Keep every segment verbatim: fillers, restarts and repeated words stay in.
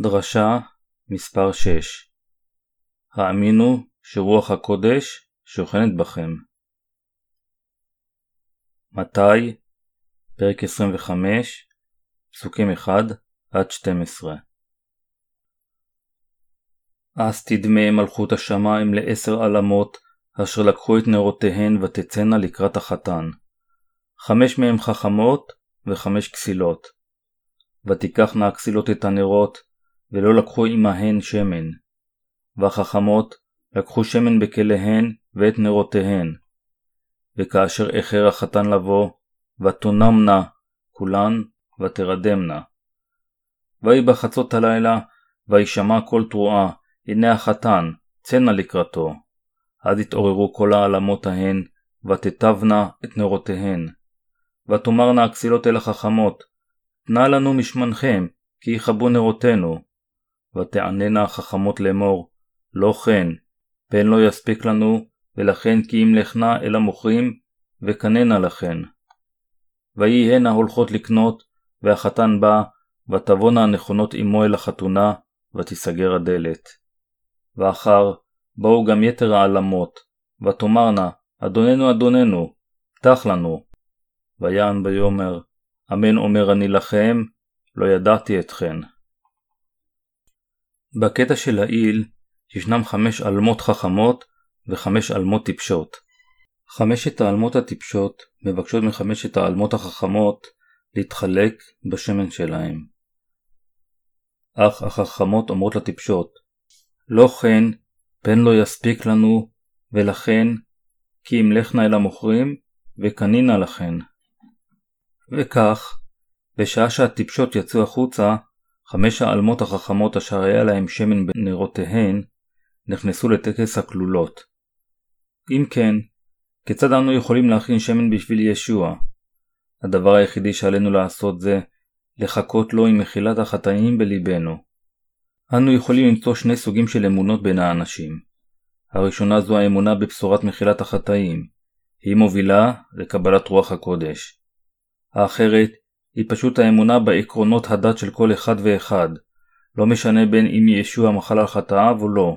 דרשה מספר שש. האמינו שרוח הקודש שוכנת בכם. מתי, פרק עשרים וחמש, פסוקים אחד עד שתים עשרה. אז תדמה מלכות השמיים לעשר עלמות, אשר לקחו את נרותיהן ותצאנה לקראת החתן. חמש מהם חכמות וחמש כסילות. ותיקחנה הכסילות את הנרות, ולא לקחו עמהן שמן. והחכמות לקחו שמן בכליהן ואת נרותיהן. וכאשר איחר החתן לבוא, ותונמנה כולן ותרדמנה. ויהי בחצות הלילה, וישמע קול תרועה, הנה החתן, צאנה לקראתו. אז התעוררו כל העלמות ההן, ותטבנה את נרותיהן. ותאמרנה הכסילות אל החכמות, תנה לנו משמנכם, כי יכבו נרותינו. ותעננה החכמות לאמור, לא כן, פן לא יספיק לנו, ולכן כי אם לכנה אל המוכרים, וקננה לכן. ויהי הנה הולכות לקנות, והחתן בא, ותבונה הנכונות עמו אל החתונה, ותסגר הדלת. ואחר באו גם יתר העלמות, ותאמרנה, אדוננו אדוננו, פתח לנו. ויען ביומר, אמן אומר אני לכם, לא ידעתי אתכן. בקטע של העיל ישנם חמש אלמות חכמות וחמש אלמות טיפשות. חמשת האלמות הטיפשות מבקשות מחמשת האלמות החכמות להתחלק בשמן שלהם. אך החכמות אומרות לטיפשות, לא כן, פן לא יספיק לנו, ולכן כי אם לכנה אל המוכרים וקנינה לכן. וכך, בשעה שהטיפשות יצאו החוצה, חמש האלמות החכמות אשר היה להם שמן בנרותיהן, נכנסו לטקס הכלולות. אם כן, כיצד אנו יכולים להכין שמן בשביל ישוע? הדבר היחידי שעלינו לעשות זה, לחכות לו עם מחילת החטאים בליבנו. אנו יכולים למצוא שני סוגים של אמונות בין האנשים. הראשונה זו האמונה בבשורת מחילת החטאים. היא מובילה לקבלת רוח הקודש. האחרת היא פשוט האמונה בעקרונות הדת של כל אחד ואחד, לא משנה בין אם ישוע מחל על חטאיו או לא.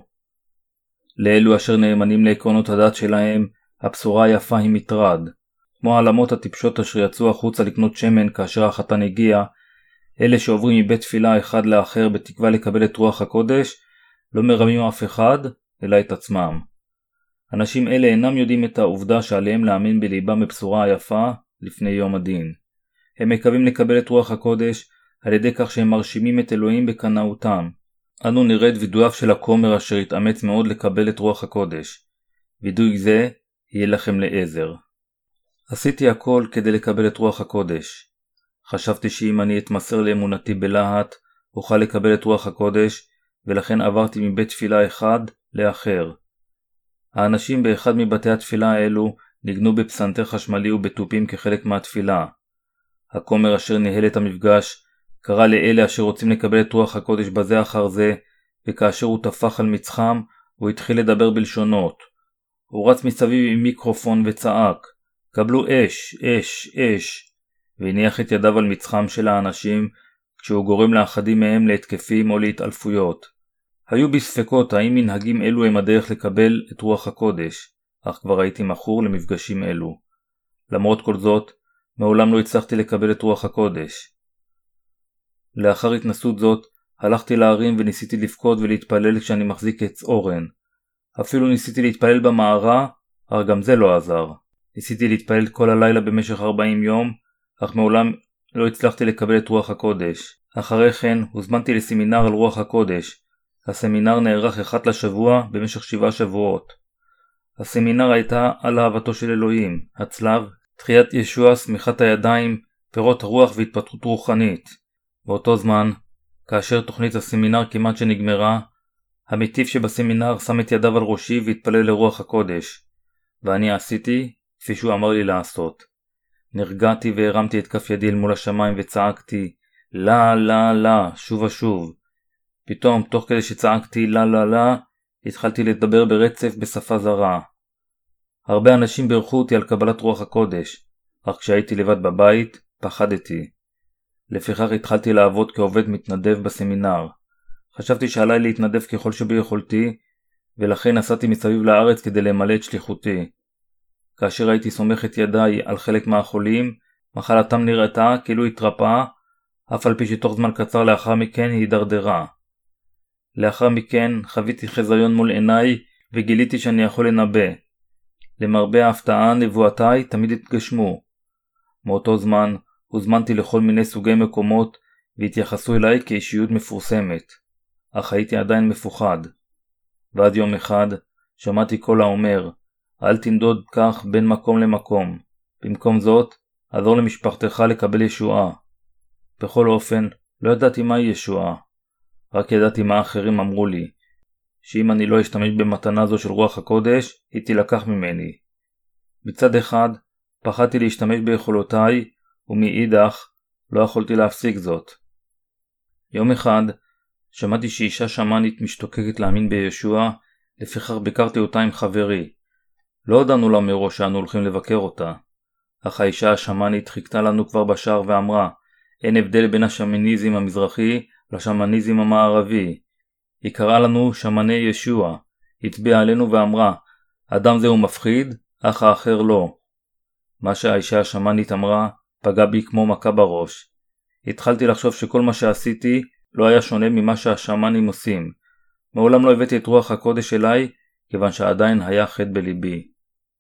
לאלו אשר נאמנים לעקרונות הדת שלהם, הבשורה היפה היא מטרד. כמו העלמות הטיפשות אשר יצאו החוצה לקנות שמן כאשר החתן הגיע, אלה שעוברים מבית תפילה אחד לאחר בתקווה לקבל את רוח הקודש, לא מרמים אף אחד, אלא את עצמם. אנשים אלה אינם יודעים את העובדה שעליהם להאמין בליבם בבשורה היפה לפני יום הדין. הם מקווים לקבל את רוח הקודש על ידי כך שהם מרשימים את אלוהים בקנאותם. אנו נראה את וידויו של הכומר אשר התאמץ מאוד לקבל את רוח הקודש. וידוי זה יהיה לכם לעזר. עשיתי הכל כדי לקבל את רוח הקודש. חשבתי שאם אני אתמסר לאמונתי בלהט, אוכל לקבל את רוח הקודש, ולכן עברתי מבית תפילה אחד לאחר. האנשים באחד מבתי התפילה האלו ניגנו בפסנתר חשמלי ובתופים כחלק מהתפילה. הכומר אשר ניהל את המפגש קרא לאלה אשר רוצים לקבל את רוח הקודש בזה אחר זה, וכאשר הוא טפח על מצחם, הוא התחיל לדבר בלשונות. הוא רץ מסביב עם מיקרופון וצעק, קבלו אש, אש, אש, והניח את ידיו על מצחם של האנשים, כשהוא גורם לאחדים מהם להתקפים או להתעלפויות. היו בספקות האם מנהגים אלו הם הדרך לקבל את רוח הקודש, אך כבר הייתי מכור למפגשים אלו. למרות כל זאת, מעולם לא הצלחתי לקבל את רוח הקודש. לאחר התנסות זאת, הלכתי להרים וניסיתי לפקוד ולהתפלל כשאני מחזיק עץ אורן. אפילו ניסיתי להתפלל במערה, אך גם זה לא עזר. ניסיתי להתפלל כל הלילה במשך ארבעים יום, אך מעולם לא הצלחתי לקבל את רוח הקודש. אחרי כן הוזמנתי לסמינר על רוח הקודש. הסמינר נערך אחת לשבוע במשך שבעה שבועות. הסמינר הייתה על אהבתו של אלוהים, הצלב, תחיית ישוע, סמיכת הידיים, פירות הרוח והתפתחות רוחנית. באותו זמן, כאשר תוכנית הסמינר כמעט שנגמרה, המטיף שבסמינר שם את ידיו על ראשי והתפלל לרוח הקודש. ואני עשיתי כפי שהוא אמר לי לעשות. נרגעתי והרמתי את כף ידי אל מול השמיים וצעקתי, לא, לא, לא, שוב ושוב. פתאום, תוך כדי שצעקתי לא, לא, לא, התחלתי לדבר ברצף בשפה זרה. הרבה אנשים בירכו אותי על קבלת רוח הקודש, אך כשהייתי לבד בבית, פחדתי. לפיכך התחלתי לעבוד כעובד מתנדב בסמינר. חשבתי שעליי להתנדב ככל שביכולתי, ולכן נסעתי מסביב לארץ כדי למלא את שליחותי. כאשר הייתי סומך את ידיי על חלק מהחולים, מחלתם נראתה כאילו התרפאה, אף על פי שתוך זמן קצר לאחר מכן היא הידרדרה. לאחר מכן חוויתי חזיון מול עיניי וגיליתי שאני יכול לנבא. למרבה ההפתעה נבואותיי תמיד התגשמו. מאותו זמן הוזמנתי לכל מיני סוגי מקומות והתייחסו אליי כאישיות מפורסמת, אך הייתי עדיין מפוחד. ועד יום אחד שמעתי קול האומר, אל תנדוד כך בין מקום למקום. במקום זאת, עזור למשפחתך לקבל ישועה. בכל אופן, לא ידעתי מהי ישועה. רק ידעתי מה אחרים אמרו לי, שאם אני לא אשתמש במתנה זו של רוח הקודש, היא תילקח ממני. מצד אחד, פחדתי להשתמש ביכולותיי, ומאידך, לא יכולתי להפסיק זאת. יום אחד, שמעתי שאישה שמאנית משתוקקת להאמין בישוע, לפיכך ביקרתי אותה עם חברי. לא הודענו לה מראש שאנו הולכים לבקר אותה, אך האישה השמאנית חיכתה לנו כבר בשער ואמרה, אין הבדל בין השמניזם המזרחי לשמניזם המערבי. היא קראה לנו שמני ישוע, הצביעה עלינו ואמרה, אדם זהו מפחיד, אך האחר לא. מה שהאישה השמאנית אמרה פגע בי כמו מכה בראש. התחלתי לחשוב שכל מה שעשיתי לא היה שונה ממה שהשמנים עושים. מעולם לא הבאתי את רוח הקודש אליי, כיוון שעדיין היה חטא בליבי.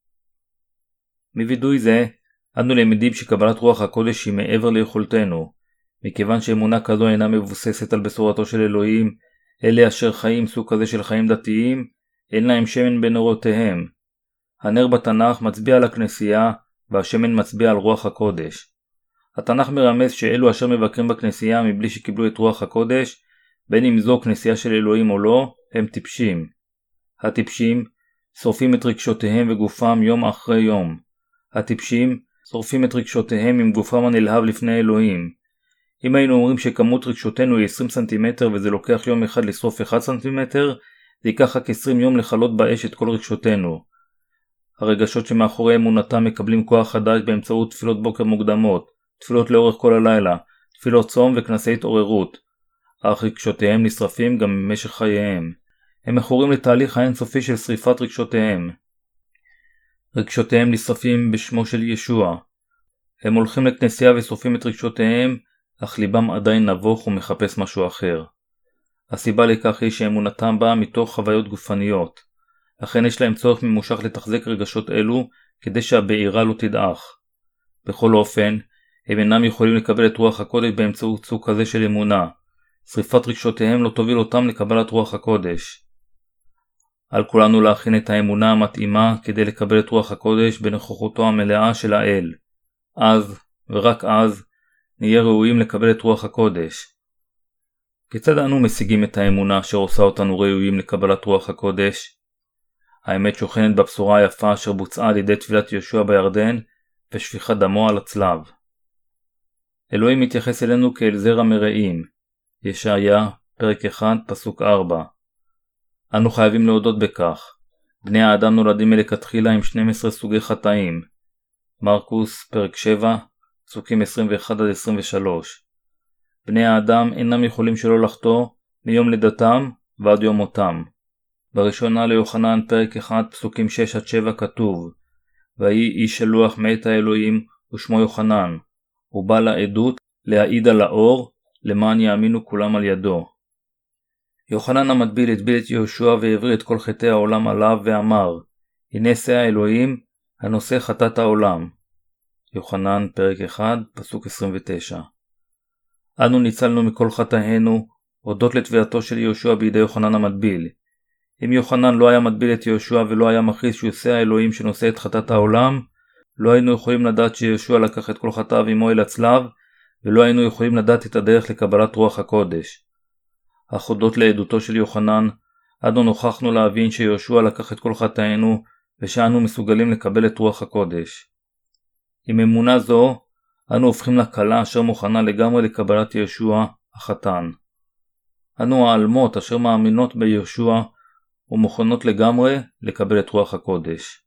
מוידוי זה, אנו למדים שקבלת רוח הקודש היא מעבר ליכולתנו. מכיוון שאמונה כזו אינה מבוססת על בשורתו של אלוהים, אלה אשר חיים סוג כזה של חיים דתיים, אין להם שמן בנרותיהם. הנר בתנ"ך מצביע על הכנסייה, והשמן מצביע על רוח הקודש. התנ"ך מרמז שאלו אשר מבקרים בכנסייה מבלי שקיבלו את רוח הקודש, בין אם זו כנסייה של אלוהים או לא, הם טיפשים. הטיפשים שורפים את רגשותיהם וגופם יום אחרי יום. הטיפשים שורפים את רגשותיהם עם גופם הנלהב לפני אלוהים. אם היינו אומרים שכמות רגשותינו היא עשרים סנטימטר וזה לוקח יום אחד לשרוף אחד סנטימטר, זה ייקח רק עשרים יום לחלות באש את כל רגשותינו. הרגשות שמאחורי אמונתם מקבלים כוח חדש באמצעות תפילות בוקר מוקדמות, תפילות לאורך כל הלילה, תפילות צום וכנסי התעוררות. אך רגשותיהם נשרפים גם במשך חייהם. הם מכורים לתהליך האינסופי של שריפת רגשותיהם. רגשותיהם נשרפים בשמו של ישוע. הם הולכים לכנסייה ושורפים את רגשותיהם, אך ליבם עדיין נבוך ומחפש משהו אחר. הסיבה לכך היא שאמונתם באה מתוך חוויות גופניות. לכן יש להם צורך ממושך לתחזק רגשות אלו, כדי שהבעירה לא תדעך. בכל אופן, הם אינם יכולים לקבל את רוח הקודש באמצעות סוג כזה של אמונה. שריפת רגשותיהם לא תוביל אותם לקבלת רוח הקודש. על כולנו להכין את האמונה המתאימה כדי לקבל את רוח הקודש בנוכחותו המלאה של האל. אז, ורק אז, נהיה ראויים לקבל את רוח הקודש. כיצד אנו משיגים את האמונה אשר עושה אותנו ראויים לקבלת רוח הקודש? האמת שוכנת בבשורה היפה אשר בוצעה על ידי טבילת ישוע בירדן ושפיכת דמו על הצלב. אלוהים מתייחס אלינו כאל זרע מרעים. ישעיה, פרק אחד, פסוק ארבע. אנו חייבים להודות בכך. בני האדם נולדים מלכתחילה עם שנים עשר סוגי חטאים. מרקוס, פרק שבע, פסוקים עשרים ואחת עד עשרים ושלוש. בני האדם אינם יכולים שלא לחטוא מיום לידתם ועד יום מותם. בראשונה ליוחנן פרק אחד פסוקים שש עד שבע כתוב, ויהי איש שלוח מאת האלוהים ושמו יוחנן, הוא בא לעדות להעיד על האור למען יאמינו כולם על ידו. יוחנן המטביל הטביל את יהושע והעביר את כל חטאי העולם עליו ואמר, הנה שא האלוהים הנושא חטאת העולם. יוחנן פרק אחד פסוק עשרים ותשע. אנו ניצלנו מכל חטאינו הודות לתביעתו של יהושע בידי יוחנן המטביל. אם יוחנן לא היה מטביל את יהושע ולא היה מכריז שהוא שא האלוהים שנושא את חטאת העולם, לא היינו יכולים לדעת שיהושע לקח את כל חטאיו עמו אל הצלב, ולא היינו יכולים לדעת את הדרך לקבלת רוח הקודש. אך הודות לעדותו של יוחנן, אנו נוכחנו להבין שיהושע לקח את כל חטאינו, ושאנו מסוגלים לקבל את רוח הקודש. עם אמונה זו, אנו הופכים לקלה אשר מוכנה לגמרי לקבלת יהושע החתן. אנו העלמות אשר מאמינות ביהושע, ומוכנות לגמרי לקבל את רוח הקודש.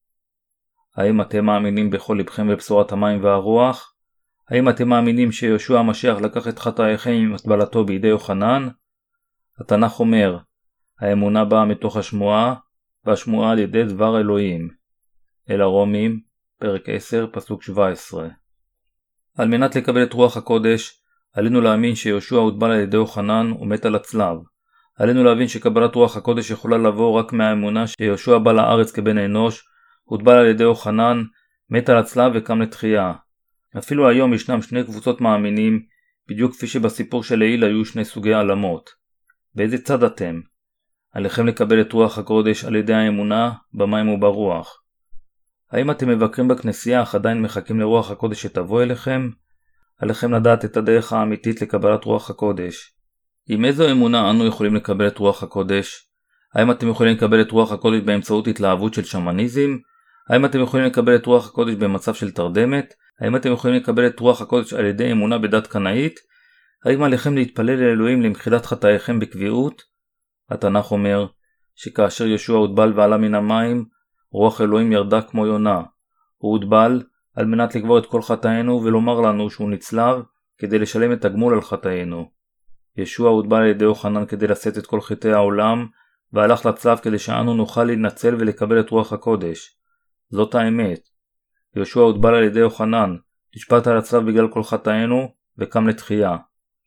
האם אתם מאמינים בכל לבכם בבשורת המים והרוח? האם אתם מאמינים שיהושע המשיח לקח את חטאיכם עם הטבלתו בידי יוחנן? התנ"ך אומר, האמונה באה מתוך השמועה, והשמועה על ידי דבר אלוהים. אל הרומים, פרק עשר, פסוק שבע עשרה. על מנת לקבל את רוח הקודש, עלינו להאמין שיהושע הוטבל על ידי יוחנן ומת על הצלב. עלינו להבין שקבלת רוח הקודש יכולה לבוא רק מהאמונה שיהושע בא לארץ כבן אנוש, הוטבל על ידי יוחנן, מת על הצלב וקם לתחייה. אפילו היום ישנם שני קבוצות מאמינים, בדיוק כפי שבסיפור של לעיל היו שני סוגי עלמות. באיזה צד אתם? עליכם לקבל את רוח הקודש על ידי האמונה, במים וברוח. האם אתם מבקרים בכנסייה אך עדיין מחכים לרוח הקודש שתבוא אליכם? עליכם לדעת את הדרך האמיתית לקבלת רוח הקודש. עם איזו אמונה אנו יכולים לקבל את רוח הקודש? האם אתם יכולים לקבל את רוח הקודש באמצעות התלהבות של שמניזם? האם אתם יכולים לקבל את רוח הקודש במצב של תרדמת? האם אתם יכולים לקבל את רוח הקודש על ידי אמונה בדת קנאית? האם עליכם להתפלל לאלוהים למחילת חטאיכם בקביעות? התנ"ך אומר שכאשר יהושע הוטבל ועלה מן המים, רוח אלוהים ירדה כמו יונה. הוא הוטבל על מנת לקבור את כל חטאינו ולומר לנו שהוא נצלב כדי לשלם את הגמול על חטאינו. יהושע הוטבל על ידי יוחנן כדי לשאת את כל חטאי העולם, והלך לצלב כדי שאנו נוכל להינצל ולקבל את רוח הקודש. זאת האמת. יהושע הוטבל על ידי יוחנן, נשפט על הצלב בגלל כל חטאינו וקם לתחייה.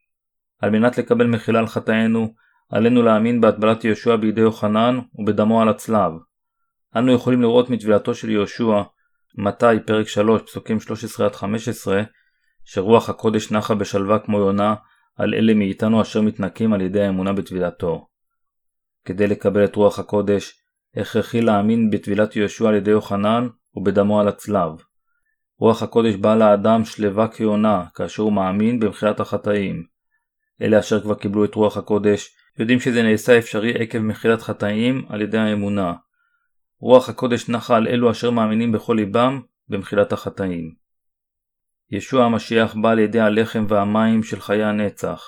על מנת לקבל מחילה על חטאינו, עלינו להאמין בהטבלת יהושע בידי יוחנן ובדמו על הצלב. אנו יכולים לראות מטבילתו של יהושע, מתי פרק שלוש פסוקים שלוש עשרה עד חמש עשרה, שרוח הקודש נחה בשלווה כמו יונה על אלה מאיתנו אשר מתנקים על ידי האמונה בטבילתו. כדי לקבל את רוח הקודש, הכרחי להאמין בטבילת יהושע על ידי יוחנן ובדמו על הצלב. רוח הקודש באה לאדם שלווה כיונה כאשר הוא מאמין במחילת החטאים. אלה אשר כבר קיבלו את רוח הקודש יודעים שזה נעשה אפשרי עקב מחילת חטאים על ידי האמונה. רוח הקודש נחה על אלו אשר מאמינים בכל ליבם במחילת החטאים. ישוע המשיח בא על ידי הלחם והמים של חיי הנצח.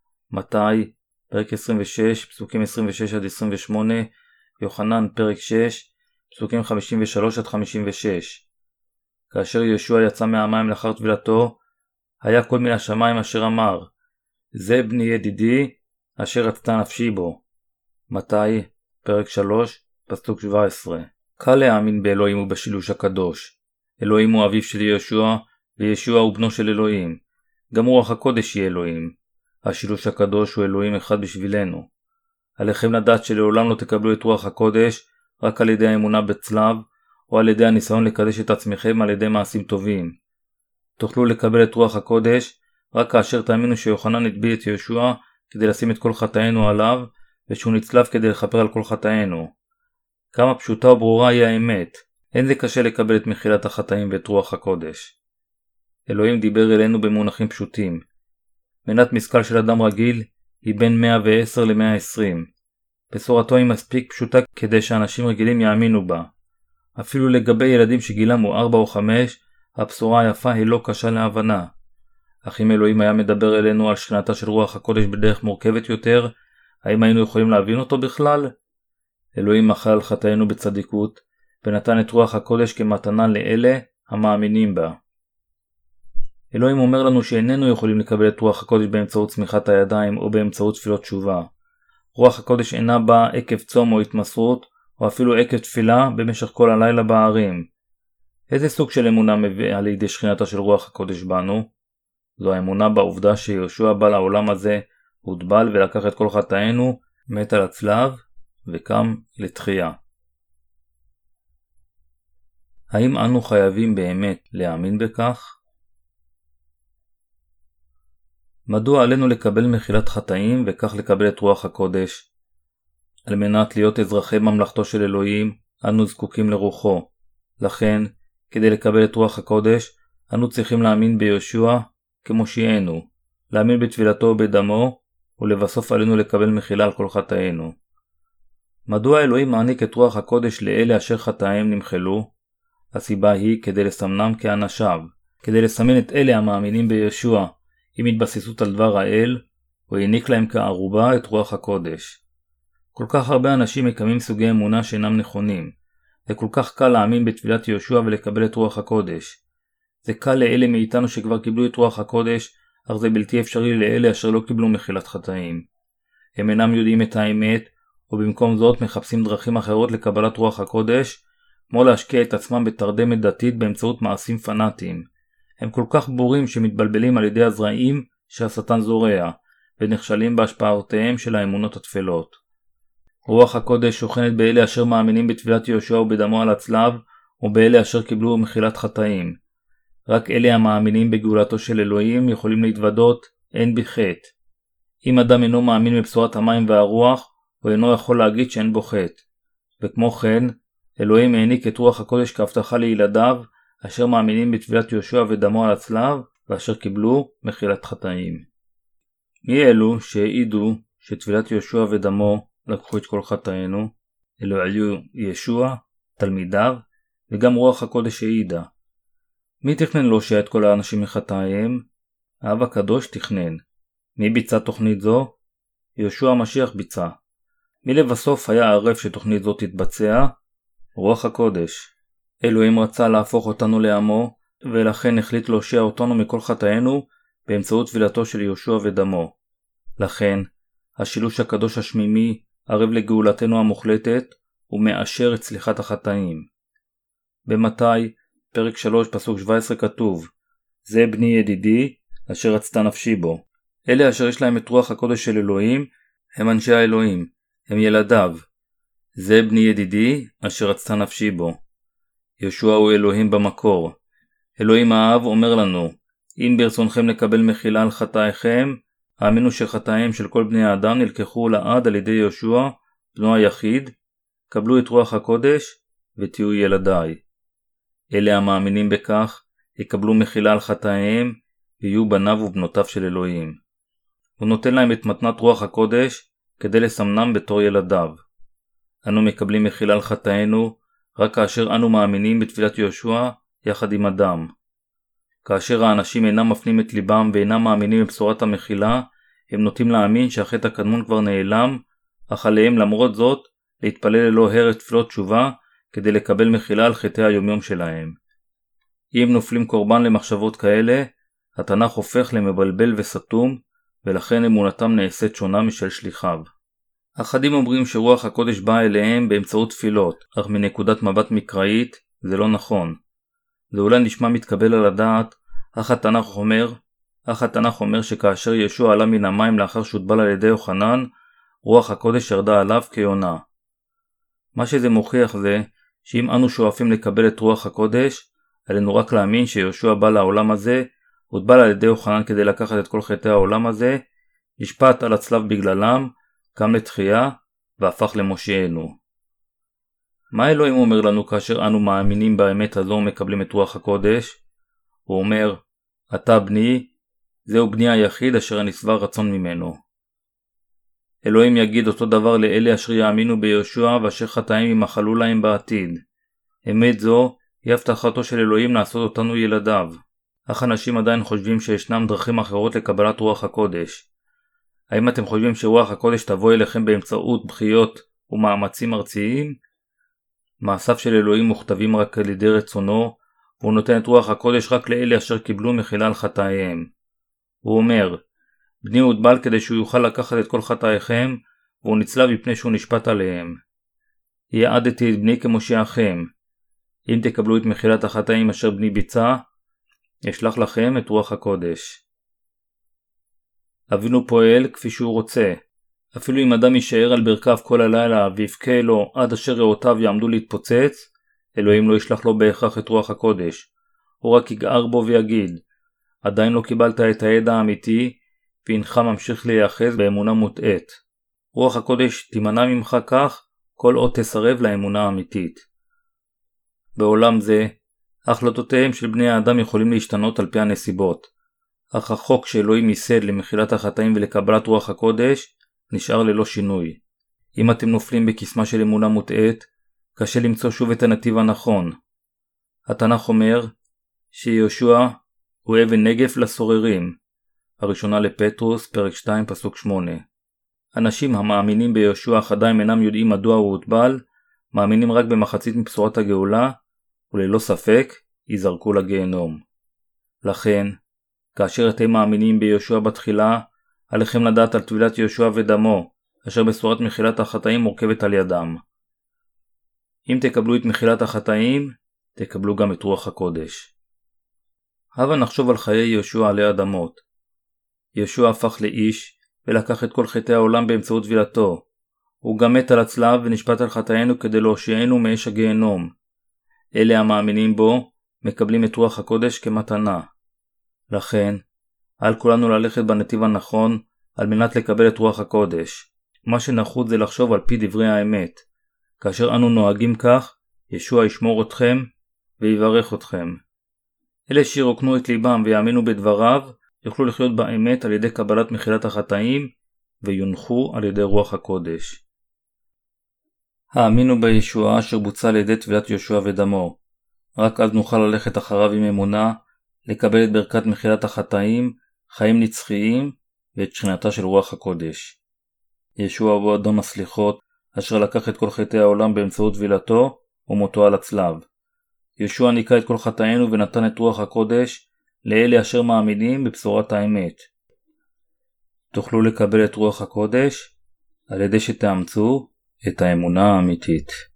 מתי? פרק עשרים ושש, פסוקים עשרים ושש עד עשרים ושמונה, יוחנן פרק שש, פסוקים חמישים ושלוש עד חמישים ושש. כאשר ישוע יצא מהמים לאחר טבילתו, היה קול מן השמיים אשר אמר, זה בני ידידי אשר רצתה נפשי בו. מתי? פרק שלוש, פסוק שבע עשרה. קל להאמין באלוהים ובשילוש הקדוש. אלוהים הוא אביו של יהושע, וישוע הוא בנו של אלוהים. גם רוח הקודש היא אלוהים. השילוש הקדוש הוא אלוהים אחד בשבילנו. עליכם לדעת שלעולם לא תקבלו את רוח הקודש רק על ידי האמונה בצלב, או על ידי הניסיון לקדש את עצמכם על ידי מעשים טובים. תוכלו לקבל את רוח הקודש רק כאשר תאמינו שיוחנן הטביל את יהושע כדי לשים את כל חטאינו עליו, ושהוא נצלב כדי לכפר על כל חטאינו. כמה פשוטה וברורה היא האמת. אין זה קשה לקבל את מחילת החטאים ואת רוח הקודש. אלוהים דיבר אלינו במונחים פשוטים. מנת משכל של אדם רגיל היא בין מאה ועשר ל-מאה ועשרים. בשורתו היא מספיק פשוטה כדי שאנשים רגילים יאמינו בה. אפילו לגבי ילדים שגילם הוא ארבע או חמש, הבשורה היפה היא לא קשה להבנה. אך אם אלוהים היה מדבר אלינו על שכינתה של רוח הקודש בדרך מורכבת יותר, האם היינו יכולים להבין אותו בכלל? אלוהים מחל על חטאינו בצדיקות, ונתן את רוח הקודש כמתנה לאלה המאמינים בה. אלוהים אומר לנו שאיננו יכולים לקבל את רוח הקודש באמצעות צמיחת הידיים או באמצעות תפילות תשובה. רוח הקודש אינה באה עקב צום או התמסרות, או אפילו עקב תפילה במשך כל הלילה בערים. איזה סוג של אמונה מביאה לידי שכינתה של רוח הקודש בנו? זו האמונה בעובדה שיהושע בא לעולם הזה, הוטבל ולקח את כל חטאינו, מת על הצלב וקם לתחייה. האם אנו חייבים באמת להאמין בכך? מדוע עלינו לקבל מחילת חטאים וכך לקבל את רוח הקודש? על מנת להיות אזרחי ממלכתו של אלוהים, אנו זקוקים לרוחו. לכן, כדי לקבל את רוח הקודש, אנו צריכים להאמין ביהושע כמושיענו, להאמין בטבילתו ובדמו, ולבסוף עלינו לקבל מחילה על כל חטאינו. מדוע אלוהים מעניק את רוח הקודש לאלה אשר חטאיהם נמחלו? הסיבה היא כדי לסמנם כאנשיו, כדי לסמן את אלה המאמינים ביהושע עם התבססות על דבר האל, הוא העניק להם כערובה את רוח הקודש. כל כך הרבה אנשים מקיימים סוגי אמונה שאינם נכונים. זה כל כך קל להאמין בטבילת יהושע ולקבל את רוח הקודש. זה קל לאלה מאיתנו שכבר קיבלו את רוח הקודש, אך זה בלתי אפשרי לאלה אשר לא קיבלו מחילת חטאים. הם אינם יודעים את האמת, ובמקום זאת מחפשים דרכים אחרות לקבלת רוח הקודש, כמו להשקיע את עצמם בתרדמת דתית באמצעות מעשים פנאטיים. הם כל כך בורים שמתבלבלים על ידי הזרעים שהשטן זורע, ונכשלים בהשפעותיהם של האמונות התפלות. רוח הקודש שוכנת באלה אשר מאמינים בתפילת יהושע ובדמו על הצלב, ובאלה אשר קיבלו מחילת חטאים. רק אלה המאמינים בגאולתו של אלוהים יכולים להתוודות אין בחטא. אם אדם אינו מאמין בבשורת המים והרוח, הוא אינו יכול להגיד שאין בו חטא. וכמו כן, אלוהים העניק את רוח הקודש כהבטחה לילדיו, אשר מאמינים בתפילת יהושע ודמו על הצלב, ואשר קיבלו מחילת חטאים. מי אלו שהעידו שתפילת יהושע ודמו לקחו את כל חטאינו? אלו היו ישוע, תלמידיו, וגם רוח הקודש העידה. מי תכנן להושיע את כל האנשים מחטאיהם? האב הקדוש תכנן. מי ביצע תוכנית זו? יהושע המשיח ביצע. מי לבסוף היה ערב שתוכנית זו תתבצע? רוח הקודש. אלוהים רצה להפוך אותנו לעמו, ולכן החליט להושיע אותנו מכל חטאינו באמצעות תפילתו של יהושע ודמו. לכן, השילוש הקדוש השמימי ערב לגאולתנו המוחלטת, ומאשר את סליחת החטאים. במתי, פרק שלוש פסוק שבע עשרה כתוב, זה בני ידידי אשר רצתה נפשי בו. אלה אשר יש להם את רוח הקודש של אלוהים, הם אנשי האלוהים, הם ילדיו. זה בני ידידי אשר רצתה נפשי בו. יהושע הוא אלוהים במקור. אלוהים האב אומר לנו, אם ברצונכם לקבל מחילה על חטאיכם, האמינו שחטאיהם של כל בני האדם נלקחו לעד על ידי יהושע, בנו היחיד, קבלו את רוח הקודש ותהיו ילדיי. אלה המאמינים בכך יקבלו מחילה על חטאיהם ויהיו בניו ובנותיו של אלוהים. הוא נותן להם את מתנת רוח הקודש כדי לסמנם בתור ילדיו. אנו מקבלים מחילה על חטאינו רק כאשר אנו מאמינים בתפילת יהושע יחד עם אדם. כאשר האנשים אינם מפנים את ליבם ואינם מאמינים בבשורת המחילה, הם נוטים להאמין שהחטא הקדמון כבר נעלם, אך עליהם למרות זאת להתפלל ללא הרף תפילות תשובה כדי לקבל מחילה על חטאי היומיום שלהם. אם נופלים קורבן למחשבות כאלה, התנ"ך הופך למבלבל וסתום, ולכן אמונתם נעשית שונה משל שליחיו. אחדים אומרים שרוח הקודש באה אליהם באמצעות תפילות, אך מנקודת מבט מקראית זה לא נכון. זה אולי נשמע מתקבל על הדעת, אך התנ"ך אומר, אך התנ"ך אומר שכאשר ישוע עלה מן המים לאחר שהוטבל על ידי יוחנן, רוח הקודש ירדה עליו כיונה. מה שזה מוכיח זה שאם אנו שואפים לקבל את רוח הקודש, עלינו רק להאמין שיהושע בא לעולם הזה, הוטבל על ידי יוחנן כדי לקחת את כל חטאי העולם הזה, נשפט על הצלב בגללם, קם לתחייה והפך למושיענו. מה אלוהים אומר לנו כאשר אנו מאמינים באמת הזו ומקבלים את רוח הקודש? הוא אומר, אתה בני, זהו בני היחיד אשר אני שבע רצון ממנו. אלוהים יגיד אותו דבר לאלה אשר יאמינו ביהושע ואשר חטאים ימחלו להם בעתיד. אמת זו היא הבטחתו של אלוהים לעשות אותנו ילדיו. אך אנשים עדיין חושבים שישנם דרכים אחרות לקבלת רוח הקודש. האם אתם חושבים שרוח הקודש תבוא אליכם באמצעות בחיות ומאמצים ארציים? מעשיו של אלוהים מוכתבים רק על ידי רצונו, והוא נותן את רוח הקודש רק לאלה אשר קיבלו מחילה על חטאיהם. הוא אומר, בני הוטבל כדי שהוא יוכל לקחת את כל חטאיכם, והוא נצלב מפני שהוא נשפט עליהם. יעדתי את בני כמושיעכם. אם תקבלו את מחילת החטאים אשר בני ביצע, ישלח לכם את רוח הקודש. אבינו פועל כפי שהוא רוצה. אפילו אם אדם יישאר על ברכיו כל הלילה ויבכה לו עד אשר ריאותיו יעמדו להתפוצץ, אלוהים לא ישלח לו בהכרח את רוח הקודש. הוא רק יגער בו ויגיד, עדיין לא קיבלת את הידע האמיתי, והנך ממשיך להיאחז באמונה מוטעית. רוח הקודש תימנע ממך כך, כל עוד תסרב לאמונה האמיתית. בעולם זה, החלטותיהם של בני האדם יכולים להשתנות על פי הנסיבות, אך החוק שאלוהים ייסד למחילת החטאים ולקבלת רוח הקודש נשאר ללא שינוי. אם אתם נופלים בקסמה של אמונה מוטעית, קשה למצוא שוב את הנתיב הנכון. התנ"ך אומר שיהושע הוא אבן נגף לסוררים. הראשונה לפטרוס, פרק שתיים, פסוק שמונה. אנשים המאמינים ביהושע אך עדיין אינם יודעים מדוע הוא הוטבל, מאמינים רק במחצית מבשורת הגאולה, וללא ספק ייזרקו לגיהנום. לכן, כאשר אתם מאמינים ביהושע בתחילה, עליכם לדעת על טבילת יהושע ודמו, אשר בשורת מחילת החטאים מורכבת על ידם. אם תקבלו את מחילת החטאים, תקבלו גם את רוח הקודש. הבה נחשוב על חיי יהושע עלי אדמות. יהושע הפך לאיש ולקח את כל חטאי העולם באמצעות טבילתו. הוא גם מת על הצלב ונשפט על חטאינו כדי להושיענו מאש הגיהנום. אלה המאמינים בו מקבלים את רוח הקודש כמתנה. לכן, על כולנו ללכת בנתיב הנכון על מנת לקבל את רוח הקודש. מה שנחוץ זה לחשוב על פי דברי האמת. כאשר אנו נוהגים כך, ישוע ישמור אתכם ויברך אתכם. אלה שירוקנו את ליבם ויאמינו בדבריו, יוכלו לחיות באמת על ידי קבלת מחילת החטאים ויונחו על ידי רוח הקודש. האמינו בישועה אשר בוצע על ידי טבילת יהושע ודמו. רק אז נוכל ללכת אחריו עם אמונה, לקבל את ברכת מחילת החטאים, חיים נצחיים ואת שכינתה של רוח הקודש. ישוע הוא אדון הסליחות, אשר לקח את כל חטאי העולם באמצעות טבילתו ומותו על הצלב. ישוע ניקה את כל חטאינו ונתן את רוח הקודש לאלה אשר מאמינים בבשורת האמת. תוכלו לקבל את רוח הקודש על ידי שתאמצו את האמונה האמיתית.